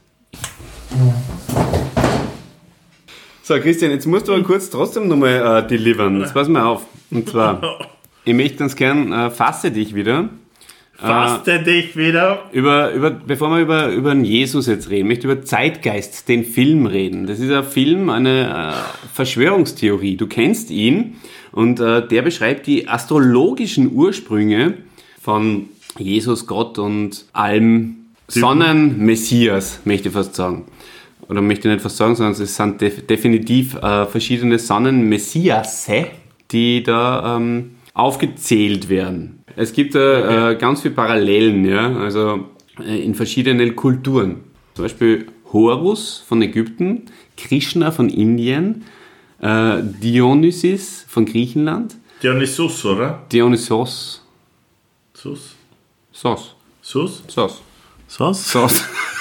So, Christian, jetzt musst du aber kurz trotzdem nochmal äh, delivern. Jetzt pass mal auf. Und zwar, ich möchte ganz gern, äh, fasse dich wieder. Faste äh, dich wieder. Über, über, bevor wir über, über den Jesus jetzt reden, möchte ich über Zeitgeist, den Film reden. Das ist ein Film, eine äh, Verschwörungstheorie. Du kennst ihn und äh, der beschreibt die astrologischen Ursprünge von Jesus, Gott und allem Sonnenmessias, möchte ich fast sagen. Oder möchte ich nicht fast sagen, sondern es sind def- definitiv äh, verschiedene Sonnenmessiasse, die da ähm, aufgezählt werden. Es gibt äh, äh, ganz viele Parallelen, ja, also äh, in verschiedenen Kulturen. Zum Beispiel Horus von Ägypten, Krishna von Indien, äh, Dionysus von Griechenland. Dionysus, oder? Dionysos. Sus? Sos. Sus? Sos. Sos? Sos.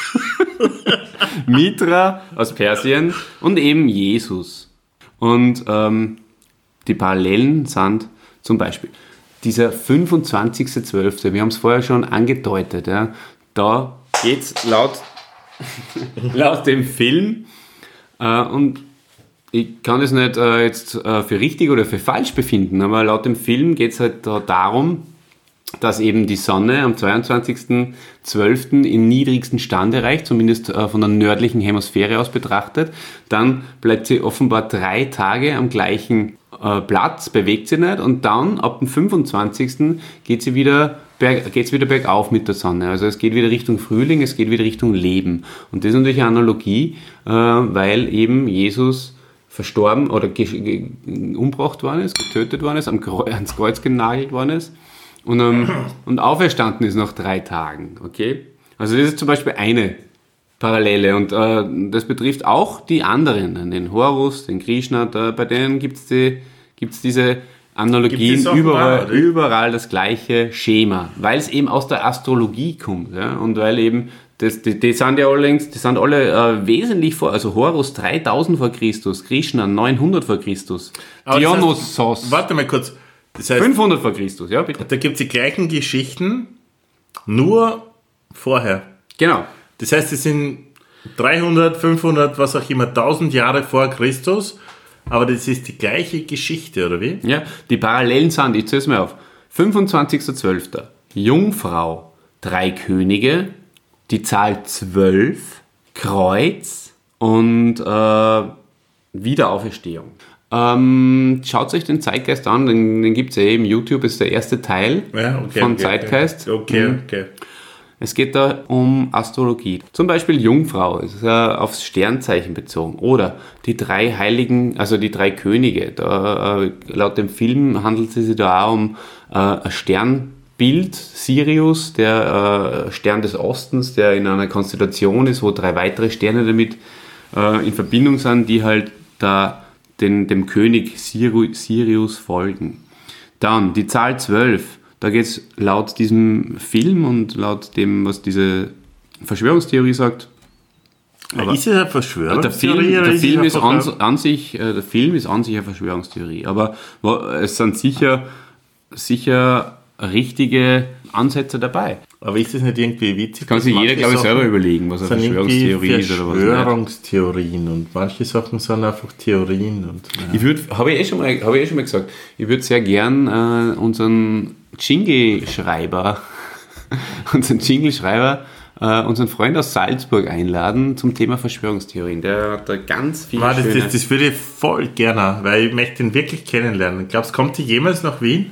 Mitra aus Persien und eben Jesus. Und ähm, die Parallelen sind zum Beispiel dieser fünfundzwanzigster zwölfter wir haben es vorher schon angedeutet, ja, da geht es laut, laut dem Film äh, und ich kann das nicht äh, jetzt äh, für richtig oder für falsch befinden, aber laut dem Film geht es halt da darum, dass eben die Sonne am zweiundzwanzigster zwölfter in niedrigsten Stand erreicht, zumindest äh, von der nördlichen Hemisphäre aus betrachtet. Dann bleibt sie offenbar drei Tage am gleichen äh, Platz, bewegt sie nicht und dann ab dem fünfundzwanzigsten geht sie wieder berg, geht's wieder bergauf mit der Sonne. Also es geht wieder Richtung Frühling, es geht wieder Richtung Leben. Und das ist natürlich eine Analogie, äh, weil eben Jesus verstorben oder ge- ge- umgebracht worden ist, getötet worden ist, am Kreuz, ans Kreuz genagelt worden ist. Und, ähm, und auferstanden ist nach drei Tagen, okay? Also das ist zum Beispiel eine Parallele und äh, das betrifft auch die anderen, den Horus, den Krishna, da, bei denen gibt es die, gibt's diese Analogien, Gibt's überall, mal, überall das gleiche Schema, weil es eben aus der Astrologie kommt, ja? Und weil eben, das, die, die sind ja allerdings, die sind alle äh, wesentlich vor, also Horus dreitausend vor Christus, Krishna neunhundert vor Christus, Aber das Dionysos heißt, warte mal kurz. Das heißt, fünfhundert vor Christus, ja bitte. da gibt es die gleichen Geschichten, nur vorher. Genau. Das heißt, es sind dreihundert, fünfhundert, was auch immer, tausend Jahre vor Christus, aber das ist die gleiche Geschichte, oder wie? Ja, die Parallelen sind, ich zähle es mal auf, fünfundzwanzigster zwölfter Jungfrau, drei Könige, die Zahl zwölf, Kreuz und äh, Wiederauferstehung. Ähm, schaut euch den Zeitgeist an, den, den gibt es ja eben, YouTube ist der erste Teil Ja, okay, von okay, Zeitgeist. Okay, Mhm. okay. Es geht da um Astrologie. Zum Beispiel Jungfrau, ist ja aufs Sternzeichen bezogen. Oder die drei Heiligen, also die drei Könige. Da, äh, laut dem Film handelt es sich da auch um äh, ein Sternbild, Sirius, der äh, Stern des Ostens, der in einer Konstellation ist, wo drei weitere Sterne damit äh, in Verbindung sind, die halt da den, dem König Siru, Sirius folgen. Dann die Zahl zwölf. Da geht es laut diesem Film und laut dem, was diese Verschwörungstheorie sagt. Aber ist es eine Der Verschwörungstheorie? Film, oder der ist Film es ist einfach an, an sich, äh, der Film ist an sich eine Verschwörungstheorie, aber wo- es sind sicher, sicher richtige Ansätze dabei. Aber ist das nicht irgendwie witzig? Kann dass sich jeder, manche glaube ich, selber Sachen überlegen, was eine sind irgendwie Verschwörungstheorie ist oder was nicht. Verschwörungstheorien und manche Sachen sind einfach Theorien. Und, ja. Ich würde, habe ich, eh schon mal- habe ich eh schon mal gesagt, ich würde sehr gern äh, unseren Jingle-Schreiber, unseren Jingle-Schreiber, äh, unseren Freund aus Salzburg einladen zum Thema Verschwörungstheorien. Der hat da ganz viele Mann, das, schöne... das, das würde ich voll gerne, weil ich möchte ihn wirklich kennenlernen. Glaubst du, kommt der jemals nach Wien?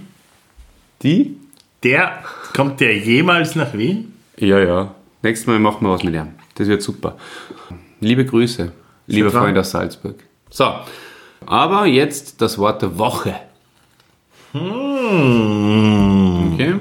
Die? Der, kommt der jemals nach Wien? Ja, ja. Nächstes Mal machen wir was mit ihm. Das wird super. Liebe Grüße, lieber dran. Freund aus Salzburg. So, aber jetzt das Wort der Woche. Hm. Okay?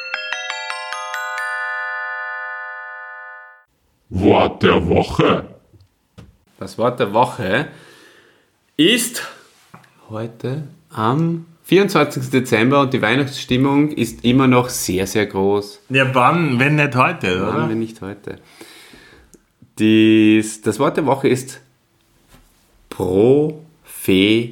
Wort der Woche. Das Wort der Woche ist heute am vierundzwanzigsten Dezember und die Weihnachtsstimmung ist immer noch sehr, sehr groß. Ja, wann, wenn nicht heute, Wann, oder? wenn nicht heute. Dies, das Wort der Woche ist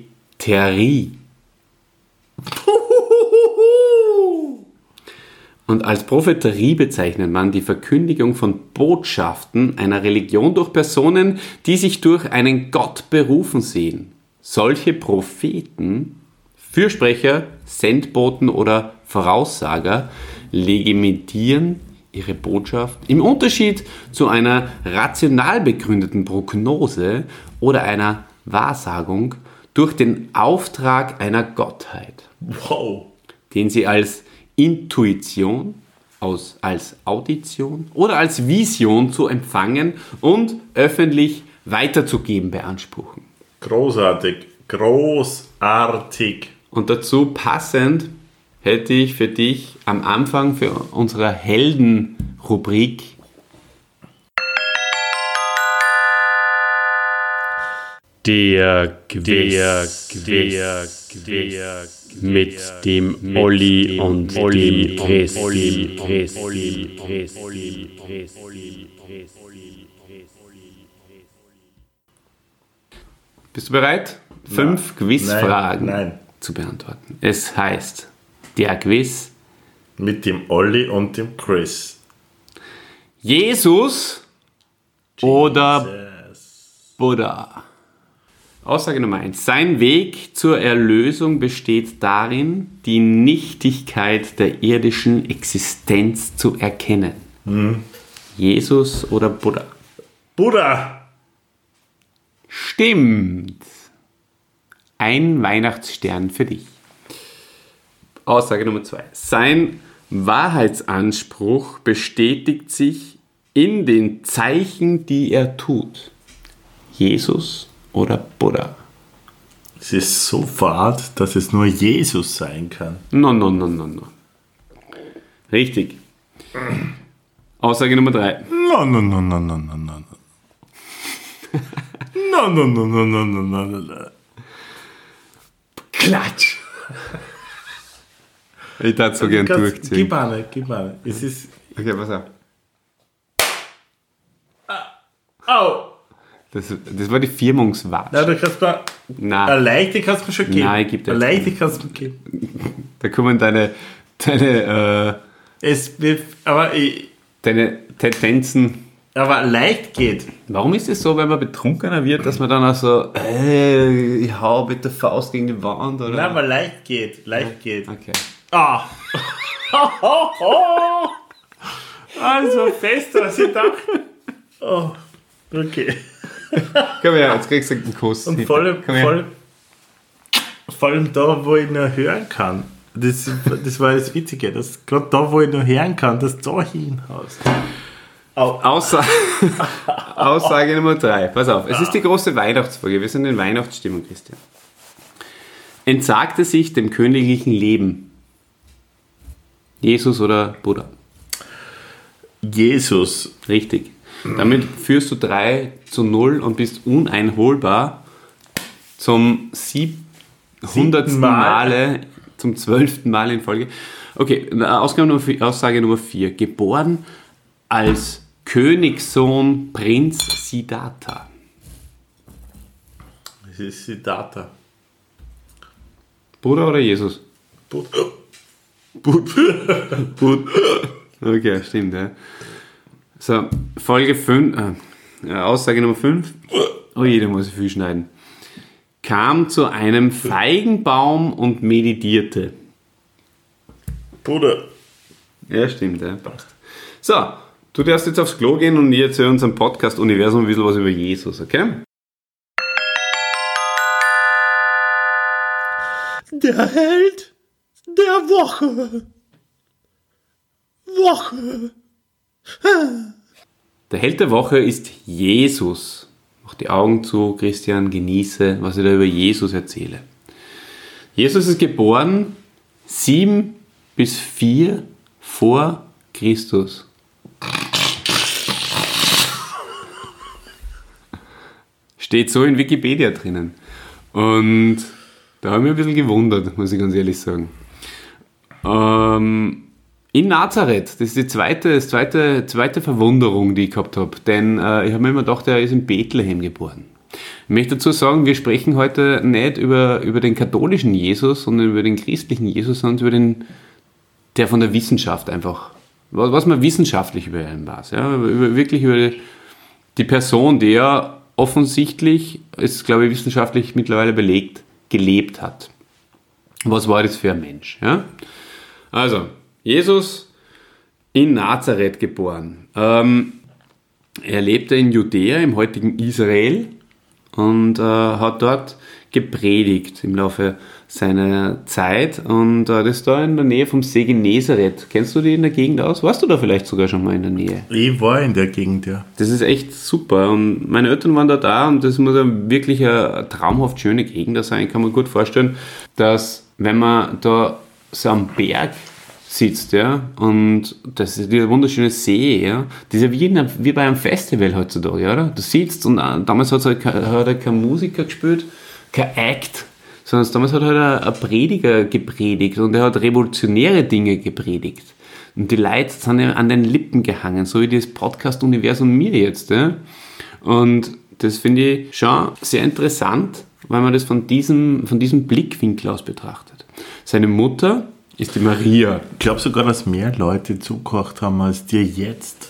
Propheterie. Und als Propheterie bezeichnet man die Verkündigung von Botschaften einer Religion durch Personen, die sich durch einen Gott berufen sehen. Solche Propheten, Fürsprecher, Sendboten oder Voraussager legitimieren ihre Botschaft im Unterschied zu einer rational begründeten Prognose oder einer Wahrsagung durch den Auftrag einer Gottheit, Wow. den sie als Intuition, aus, als Audition oder als Vision zu empfangen und öffentlich weiterzugeben beanspruchen. Großartig. Großartig. Und dazu passend hätte ich für dich am Anfang für unsere Heldenrubrik Der Quiz, der Quiz, mit dem Olli und dem Christi. Bist du bereit? Fünf Quizfragen Nein, nein. zu beantworten. Es heißt, der Quiz: Mit dem Olli und dem Chris. Jesus oder Jesus. Buddha? Aussage Nummer eins. Sein Weg zur Erlösung besteht darin, die Nichtigkeit der irdischen Existenz zu erkennen. Jesus oder Buddha? Buddha. Stimmt. Ein Weihnachtsstern für dich. Aussage Nummer zwei. Sein Wahrheitsanspruch bestätigt sich in den Zeichen, die er tut. Jesus oder Buddha? Es ist so fad, dass es nur Jesus sein kann. No, no, no, no, no. Richtig. Aussage Nummer drei. No, no, no, no, no, no, no. No, no, no, no, no, no, no, no, no. Klatsch. Ich darf so gern Kannst- durchziehen. Gib eine, gib eine. Es ist... Okay, pass auf. Au! Das, das war die Firmungswatsch. Na, du kannst mal... Eine Nein, leichte kannst du mir schon geben. Nein, gib dir Eine jetzt leichte kannst du mir geben. da kommen deine, deine, äh, Es wird... Aber, ich, deine Tendenzen. aber leicht geht. Warum ist es so, wenn man betrunkener wird, dass man dann auch so, äh, ich hau mit der Faust gegen die Wand? Oder? Nein, aber leicht geht. Leicht geht. Okay. Ah! Also fester, als ich dachte. Oh, okay. Komm her, jetzt kriegst du einen Kuss. Und vor allem, Komm her. vor allem, vor allem da, wo ich noch hören kann. Das, das war das Witzige, dass gerade da, wo ich noch hören kann, dass du da hinhaust. Aussa- Aussage Nummer drei. Pass auf, es ist die große Weihnachtsfolge. Wir sind in Weihnachtsstimmung, Christian. Entsagte sich dem königlichen Leben. Jesus oder Buddha? Jesus. Richtig. Damit führst du drei zu null und bist uneinholbar zum siebhundertsten Mal. Male, zum zwölften Mal in Folge. Okay, Ausgabe Nummer vier, Aussage Nummer vier. Geboren als Königssohn Prinz Siddhartha. Das ist Siddhartha. Buddha oder Jesus? But- Buddha. Okay, stimmt, ja. So, Folge fünf, äh, Aussage Nummer fünf. Oh je, da muss ich viel schneiden. Kam zu einem Feigenbaum und meditierte. Buddha. Ja, stimmt, ja, passt. So, du darfst jetzt aufs Klo gehen und ich erzähle unserem Podcast-Universum ein bisschen was über Jesus, okay? Der Held der Woche. Woche. Der Held der Woche ist Jesus. Mach die Augen zu, Christian, genieße, was ich da über Jesus erzähle. Jesus ist geboren sieben bis vier vor Christus. Steht so in Wikipedia drinnen. Und da habe ich mich ein bisschen gewundert, muss ich ganz ehrlich sagen. Ähm, in Nazareth, das ist die zweite, das zweite, zweite Verwunderung, die ich gehabt habe. Denn äh, ich habe mir immer gedacht, er ist in Bethlehem geboren. Ich möchte dazu sagen, wir sprechen heute nicht über, über den katholischen Jesus, sondern über den christlichen Jesus, sondern über den der von der Wissenschaft einfach, was man wissenschaftlich über ihn weiß, ja, über, wirklich über die Person, die ja offensichtlich, ist glaube ich wissenschaftlich mittlerweile belegt, gelebt hat. Was war das für ein Mensch? Ja? Also, Jesus in Nazareth geboren. Ähm, er lebte in Judäa, im heutigen Israel, und äh, hat dort gepredigt im Laufe seiner Zeit, und äh, das ist da in der Nähe vom See Genezareth. Kennst du die in der Gegend aus? Warst du da vielleicht sogar schon mal in der Nähe? Ich war in der Gegend, ja. Das ist echt super, und meine Eltern waren da da, und das muss ja wirklich eine traumhaft schöne Gegend sein. Ich kann mir gut vorstellen, dass wenn man da so am Berg sitzt, ja, und das ist dieser wunderschöne See, ja, das ist ja wie, in, wie bei einem Festival heutzutage, oder? Du sitzt, und damals hat halt, hat halt kein Musiker gespielt, kein Act, sondern damals hat halt ein, ein Prediger gepredigt, und er hat revolutionäre Dinge gepredigt. Und die Leute sind ja an den Lippen gehangen, so wie das Podcast-Universum mir jetzt, ja. Und das finde ich schon sehr interessant, weil man das von diesem, von diesem Blickwinkel aus betrachtet. Seine Mutter ist die Maria. Ich glaube sogar, dass mehr Leute zugehört haben als dir jetzt.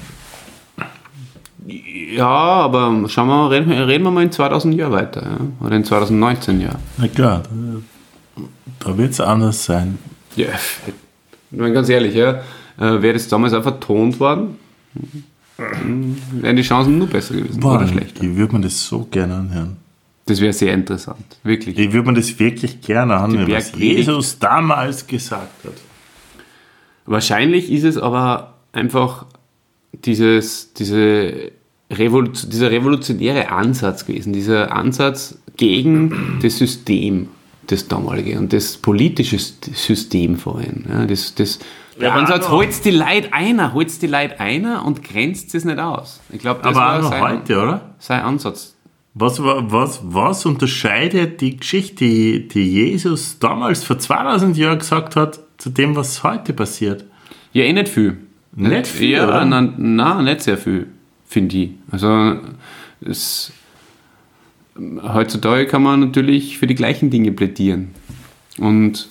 Ja, aber schauen wir mal, reden, reden wir mal in zweitausend Jahren weiter, ja? Oder in zweitausendneunzehn Jahren. Na klar, da, da wird es anders sein. Ja, ich meine ganz ehrlich, ja, wäre das damals auch vertont worden, wären die Chancen nur besser gewesen, Boah, oder schlechter. Ich würde mir das so gerne anhören. Das wäre sehr interessant, wirklich. Ich würde mir das wirklich gerne anhören, was Jesus damals gesagt hat. Wahrscheinlich ist es aber einfach dieses, diese Revolu- dieser revolutionäre Ansatz gewesen, dieser Ansatz gegen das System, das damalige, und das politische System vor allem. Ja, das, das, der Ja, Ansatz, aber- holt's die Leute einer, holt's die Leute einer und grenzt es nicht aus. Ich glaube, das Aber war auch noch sein, heute, oder? sein Ansatz. Was, war- was, was unterscheidet die Geschichte, die, die Jesus damals vor zweitausend Jahren gesagt hat, zu dem, was heute passiert? Ja, eh nicht viel. Nicht viel, Ja, oder? nein, nein, nicht sehr viel, finde ich. Also, es, heutzutage kann man natürlich für die gleichen Dinge plädieren. Und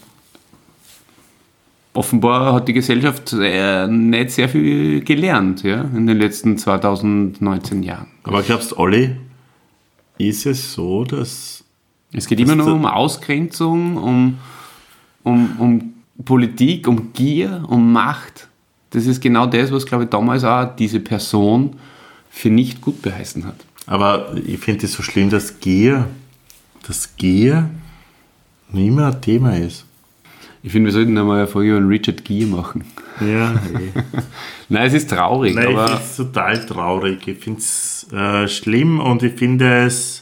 offenbar hat die Gesellschaft äh, nicht sehr viel gelernt, ja, in den letzten zweitausendneunzehn Jahren. Aber glaubst du, Olli, ist es so, dass... Es geht immer nur um Ausgrenzung, um, um, um Politik, um Gier, um Macht. Das ist genau das, was, glaube ich, damals auch diese Person für nicht gut beheißen hat. Aber ich finde es so schlimm, dass Gier, dass Gier nicht mehr ein Thema ist. Ich finde, wir sollten einmal eine Folge über Richard Gere machen. Ja, eh. Nein, es ist traurig, Nein, ich aber finde es total traurig. Ich finde es äh, schlimm und ich finde es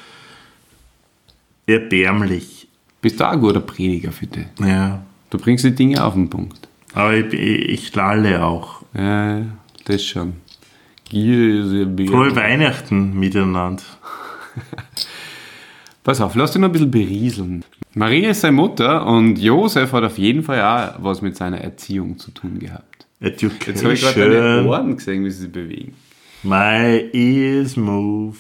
erbärmlich. bist du auch ein guter Prediger, finde ich. Ja. Du bringst die Dinge auf den Punkt. Aber ich, ich, ich lalle auch. Ja, das schon. Gier ist ja mehr. Frohe Weihnachten miteinander. Pass auf, lass dich noch ein bisschen berieseln. Maria ist seine Mutter, und Josef hat auf jeden Fall auch was mit seiner Erziehung zu tun gehabt. Jetzt habe ich gerade deine Education. Ohren gesehen, wie sie sich bewegen. My ears move.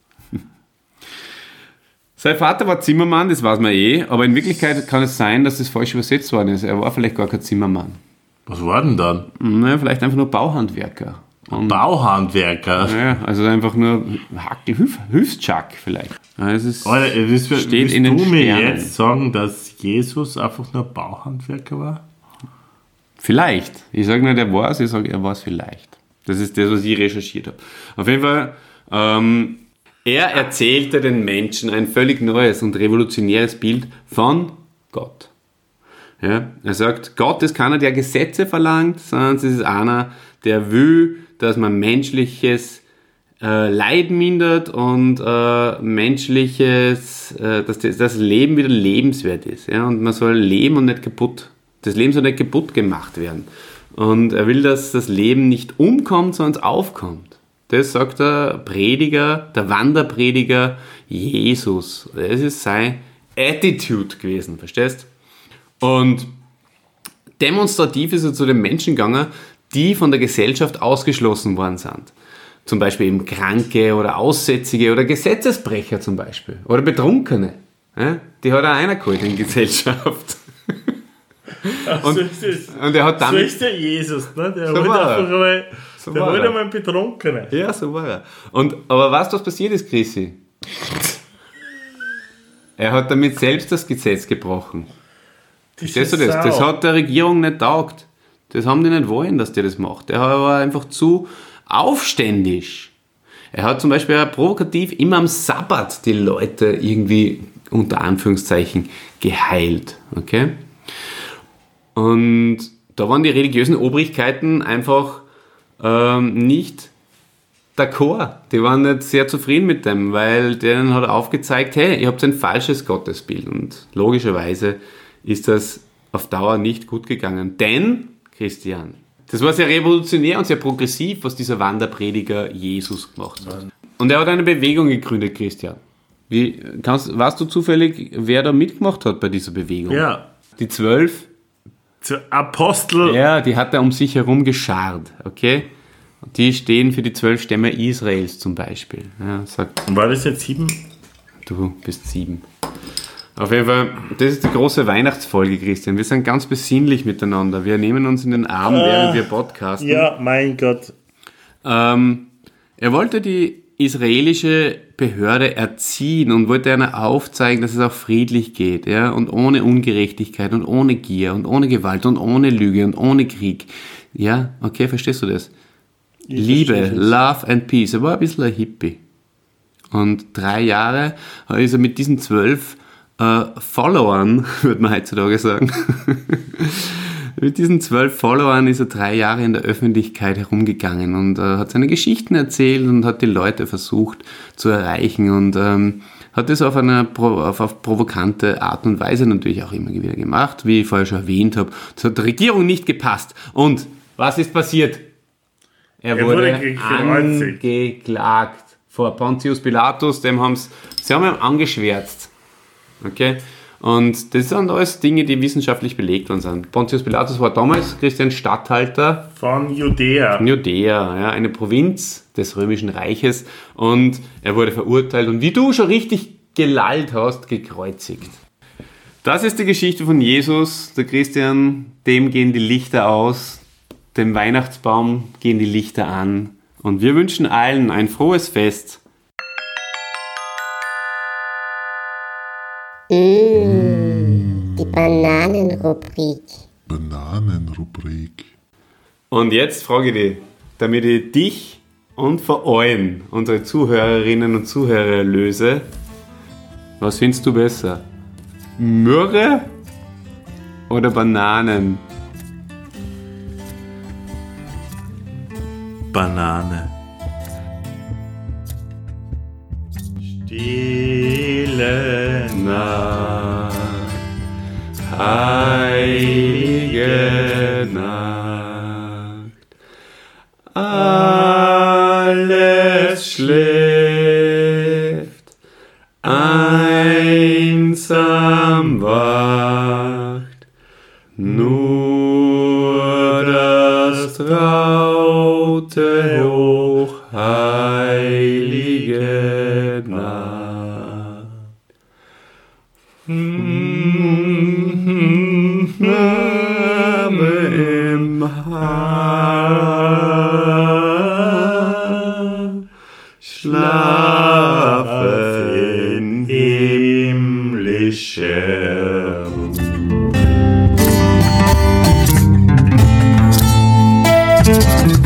Sein Vater war Zimmermann, das weiß man eh, aber in Wirklichkeit kann es sein, dass das falsch übersetzt worden ist. Er war vielleicht gar kein Zimmermann. Was war denn dann? Naja, vielleicht einfach nur Bauhandwerker. Und, Bauhandwerker. ja, also einfach nur Hacke, Hüf, Hüftschack vielleicht. Ja, es ist, Alter, willst, steht willst in den du mir Sternen. jetzt sagen, dass Jesus einfach nur Bauhandwerker war? Vielleicht. Ich sage nicht, er war es, ich sage, er war es vielleicht. Das ist das, was ich recherchiert habe. Auf jeden Fall, ähm, er erzählte den Menschen ein völlig neues und revolutionäres Bild von Gott. Ja, er sagt, Gott ist keiner, der Gesetze verlangt, sondern es ist einer, der will, dass man menschliches äh, Leid mindert und äh, menschliches, äh, dass das, das Leben wieder lebenswert ist. Ja? Und man soll leben und nicht kaputt. Das Leben soll nicht kaputt gemacht werden. Und er will, dass das Leben nicht umkommt, sondern es aufkommt. Das sagt der Prediger, der Wanderprediger Jesus. Das ist seine Attitude gewesen, verstehst? Und demonstrativ ist er zu den Menschen gegangen, die von der Gesellschaft ausgeschlossen worden sind. Zum Beispiel eben Kranke oder Aussätzige oder Gesetzesbrecher zum Beispiel. Oder Betrunkene. Ja? Die hat auch einer geholt in die Gesellschaft. Und, so ist es. Und er hat So damit... ist der Jesus, ne? Der So holt war er. einfach einmal, So der war holt er. einmal einen Betrunkenen. Ja, so war er. Und, aber weißt du, was passiert ist, Chrissy? Er hat damit selbst das Gesetz gebrochen. Verstehst du das? Sau. Das hat der Regierung nicht taugt. Das haben die nicht wollen, dass der das macht. Er war einfach zu aufständisch. Er hat zum Beispiel auch provokativ immer am Sabbat die Leute irgendwie unter Anführungszeichen geheilt. Okay? Und da waren die religiösen Obrigkeiten einfach ähm, nicht d'accord. Die waren nicht sehr zufrieden mit dem, weil denen hat er aufgezeigt, hey, ihr habt ein falsches Gottesbild. Und logischerweise ist das auf Dauer nicht gut gegangen. Denn, Christian, das war sehr revolutionär und sehr progressiv, was dieser Wanderprediger Jesus gemacht hat. Und er hat eine Bewegung gegründet, Christian. Wie, kannst, weißt du zufällig, wer da mitgemacht hat bei dieser Bewegung? Ja. Die zwölf? Zur Apostel. Ja, die hat er um sich herum geschart, okay? Die stehen für die zwölf Stämme Israels zum Beispiel. Ja, sagt, War das jetzt sieben? du bist sieben. Auf jeden Fall, das ist die große Weihnachtsfolge, Christian. Wir sind ganz besinnlich miteinander. Wir nehmen uns in den Arm, während wir podcasten. Ja, mein Gott. Ähm, er wollte die israelische Behörde erziehen und wollte einer aufzeigen, dass es auch friedlich geht, ja, und ohne Ungerechtigkeit und ohne Gier und ohne Gewalt und ohne Lüge und ohne Krieg. Ja, okay, verstehst du das? Ich Liebe, verstehe das. Love and Peace. Er war ein bisschen ein Hippie. Und drei Jahre ist er mit diesen zwölf äh, Followern, würde man heutzutage sagen, mit diesen zwölf Followern ist er drei Jahre in der Öffentlichkeit herumgegangen und äh, hat seine Geschichten erzählt und hat die Leute versucht zu erreichen und ähm, hat das auf eine Pro- auf, auf provokante Art und Weise natürlich auch immer wieder gemacht, wie ich vorher schon erwähnt habe. Das hat der Regierung nicht gepasst. Und was ist passiert? Er, Er wurde, wurde gekreuzigt. angeklagt vor Pontius Pilatus, dem haben's, sie haben ihn angeschwärzt. Okay? Und das sind alles Dinge, die wissenschaftlich belegt worden sind. Pontius Pilatus war damals Christian Statthalter Von Judäa. in Judäa, ja, eine Provinz des Römischen Reiches, und er wurde verurteilt und wie du schon richtig gelallt hast, gekreuzigt. Das ist die Geschichte von Jesus. Der Christian, dem gehen die Lichter aus, dem Weihnachtsbaum gehen die Lichter an und wir wünschen allen ein frohes Fest. Mmh, die Bananenrubrik. Bananenrubrik. Und jetzt frage ich dich, damit ich dich und vor allem unsere Zuhörerinnen und Zuhörer löse, was findest du besser? Möhre oder Bananen? Banane. Stille Nacht, heilige Nacht, alles schläft, einsam wacht, nur das traute hochheilige Nacht. Name im Haar, schlafen himmlische Ruhe.